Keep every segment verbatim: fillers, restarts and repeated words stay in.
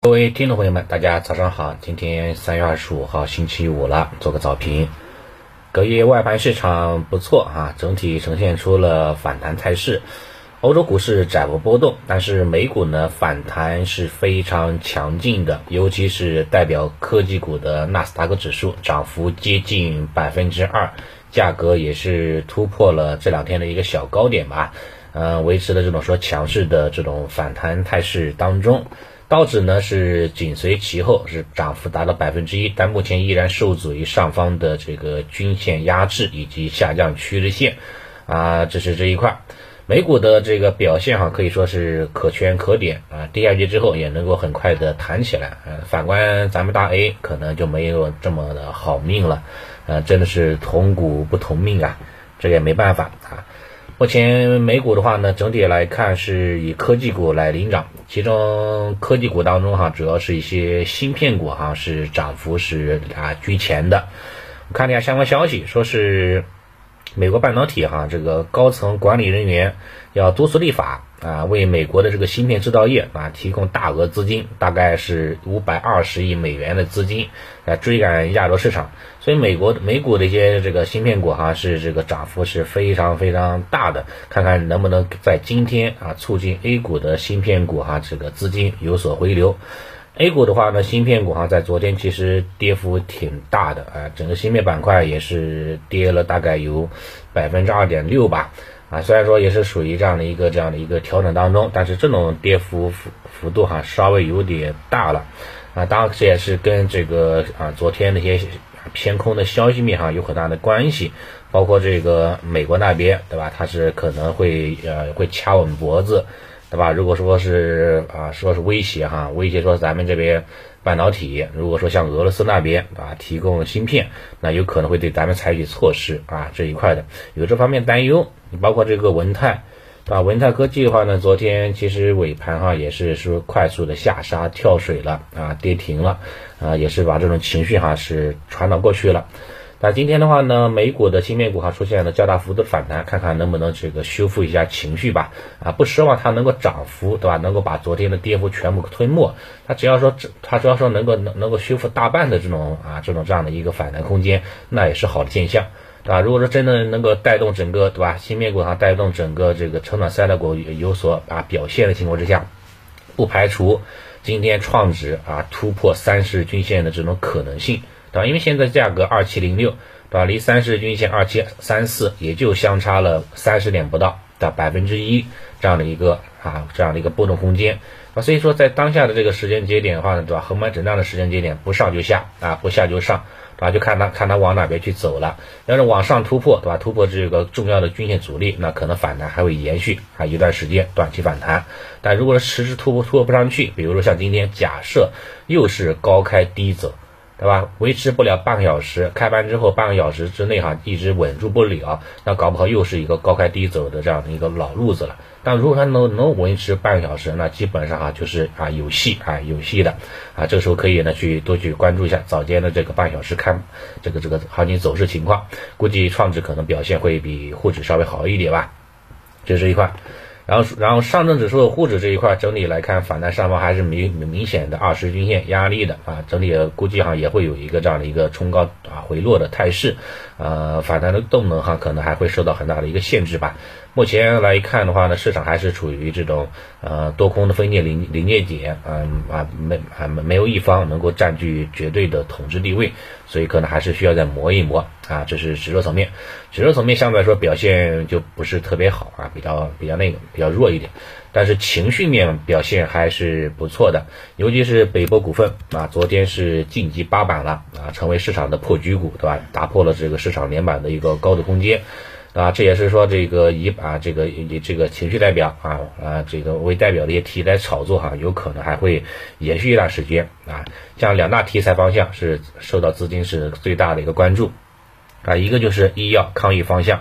各位听众朋友们，大家早上好，今天三月二十五号星期五了，做个早评。隔夜外盘市场不错啊，整体呈现出了反弹态势。欧洲股市窄幅波动，但是美股呢反弹是非常强劲的，尤其是代表科技股的纳斯达克指数涨幅接近百分之二，价格也是突破了这两天的一个小高点吧，呃，维持了这种说强势的这种反弹态势当中。道指呢是紧随其后，是涨幅达到百分之一，但目前依然受阻于上方的这个均线压制以及下降趋势线啊，这是这一块。美股的这个表现哈，可以说是可圈可点啊，低下跌之后也能够很快的弹起来。呃、啊，反观咱们大 A 可能就没有这么的好命了，呃、啊，真的是同股不同命啊，这也没办法啊。目前美股的话呢，整体来看是以科技股来领涨，其中科技股当中哈，主要是一些芯片股哈是涨幅是啊居前的。我看了一下相关消息，说是美国半导体哈这个高层管理人员要督促立法啊，为美国的这个芯片制造业啊提供大额资金，大概是五百二十亿美元的资金来追赶亚洲市场。所以美国美股的一些这个芯片股哈是这个涨幅是非常非常大的，看看能不能在今天啊促进 A 股的芯片股哈这个资金有所回流。A 股的话呢，芯片股哈在昨天其实跌幅挺大的啊，整个芯片板块也是跌了大概有百分之二点六吧啊，虽然说也是属于这样的一个这样的一个调整当中，但是这种跌幅幅幅度哈稍微有点大了啊，当然这也是跟这个啊昨天那些偏空的消息面哈有很大的关系，包括这个美国那边对吧，它是可能会呃会掐我们脖子。对吧？如果说是啊，说是威胁哈，威胁说咱们这边半导体，如果说像俄罗斯那边啊提供芯片，那有可能会对咱们采取措施啊这一块的，有这方面担忧。包括这个文泰，啊文泰科技的话呢，昨天其实尾盘哈也是说快速的下杀跳水了啊，跌停了啊，也是把这种情绪哈是传导过去了。那今天的话呢，美股的芯片股哈出现了较大幅度的反弹，看看能不能这个修复一下情绪吧。啊，不奢望它能够涨幅，对吧？能够把昨天的跌幅全部吞没。它只要说它只要说能够能能够修复大半的这种啊这种这样的一个反弹空间，那也是好的现象，对吧？如果说真的能够带动整个对吧芯片股哈带动整个这个成长赛道股有所啊表现的情况之下，不排除今天创指啊突破三十日均线的这种可能性。对吧？因为现在价格二七零六，对吧？离三十日均线二七三四也就相差了三十点不到的百分之一这样的一个啊这样的一个波动空间啊，所以说在当下的这个时间节点的话呢，对吧？横盘震荡的时间节点，不上就下啊，不下就上，对吧？就看它看它往哪边去走了。要是往上突破，对吧？突破这个重要的均线阻力，那可能反弹还会延续啊一段时间，短期反弹。但如果是迟迟突破突破不上去，比如说像今天假设又是高开低走。对吧？维持不了半个小时，开盘之后半个小时之内哈，一直稳住不了，那搞不好又是一个高开低走的这样的一个老路子了。但如果它能能维持半个小时，那基本上哈就是啊有戏啊有戏的啊，这个时候可以呢去多去关注一下早间的这个半小时看这个这个行情走势情况，估计创指可能表现会比沪指稍微好一点吧，这是一块。然后，然后上证指数、沪指这一块整体来看，反弹上方还是明明显的二十均线压力的啊，整体估计哈也会有一个这样的一个冲高啊回落的态势，呃，反弹的动能哈可能还会受到很大的一个限制吧。目前来看的话呢，市场还是处于这种呃多空的分界临临界点，嗯啊没啊没有一方能够占据绝对的统治地位，所以可能还是需要再磨一磨啊，这是指数层面。指数层面相对来说表现就不是特别好啊，比较比较那个比较弱一点，但是情绪面表现还是不错的，尤其是北博股份啊，昨天是晋级八板了啊，成为市场的破局股，对吧？打破了这个市场连板的一个高度空间。啊，这也是说这个以啊这个以这个情绪代表啊啊这个为代表的一些题材炒作哈、啊，有可能还会延续一段时间啊。像两大题材方向是受到资金是最大的一个关注啊，一个就是医药抗疫方向，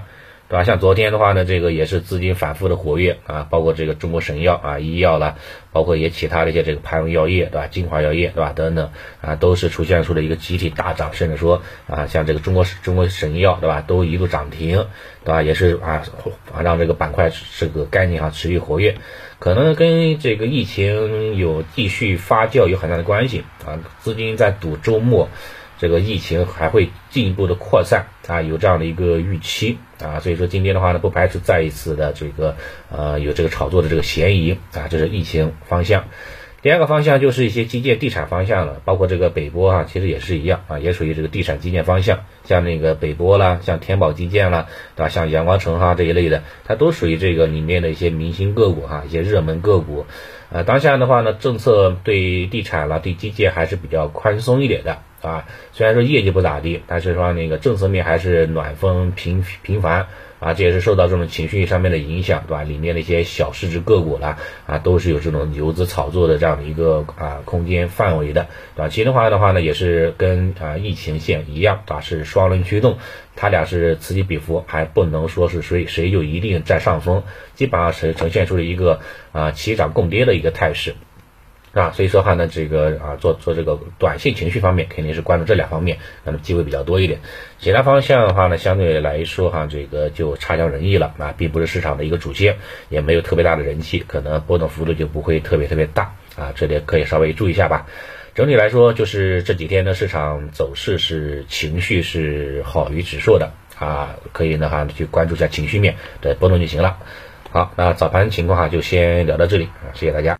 对吧？像昨天的话呢，这个也是资金反复的活跃啊，包括这个中国神药啊、医药啦，包括也其他的一些这个盘龙药业，对吧？金华药业，对吧？等等啊，都是出现出了一个集体大涨，甚至说啊，像这个中国中国神药，对吧？都一路涨停，对吧？也是啊，让这个板块这个概念啊持续活跃，可能跟这个疫情有继续发酵有很大的关系啊，资金在赌周末。这个疫情还会进一步的扩散啊，有这样的一个预期啊，所以说今天的话呢，不排除再一次的这个呃有这个炒作的这个嫌疑啊，这是疫情方向。第二个方向就是一些基建地产方向了，包括这个北玻啊，其实也是一样啊，也属于这个地产基建方向，像那个北玻啦，像天宝基建啦，对吧？像阳光城哈这一类的，它都属于这个里面的一些明星个股哈，一些热门个股。呃，当下的话呢，政策对地产啦、对基建还是比较宽松一点的啊。虽然说业绩不咋地，但是说那个政策面还是暖风频频繁啊，这也是受到这种情绪上面的影响，对吧？里面的一些小市值个股啦啊，都是有这种游资炒作的这样的一个啊空间范围的，短期的话的话呢，也是跟啊疫情线一样，对吧？是双轮驱动，它俩是此起彼伏，还不能说是谁谁就一定占上风，基本上是呈现出了一个啊齐涨共跌的一个态势。啊，所以说话呢，这个啊，做做这个短线情绪方面，肯定是关注这两方面，那么机会比较多一点。其他方向的话呢，相对来说哈，这个就差强人意了啊，并不是市场的一个主线，也没有特别大的人气，可能波动幅度就不会特别特别大啊，这点可以稍微注意一下吧。整体来说，就是这几天的市场走势是情绪是好于指数的啊，可以呢哈去关注一下情绪面的波动就行了。好，那早盘情况哈就先聊到这里啊，谢谢大家。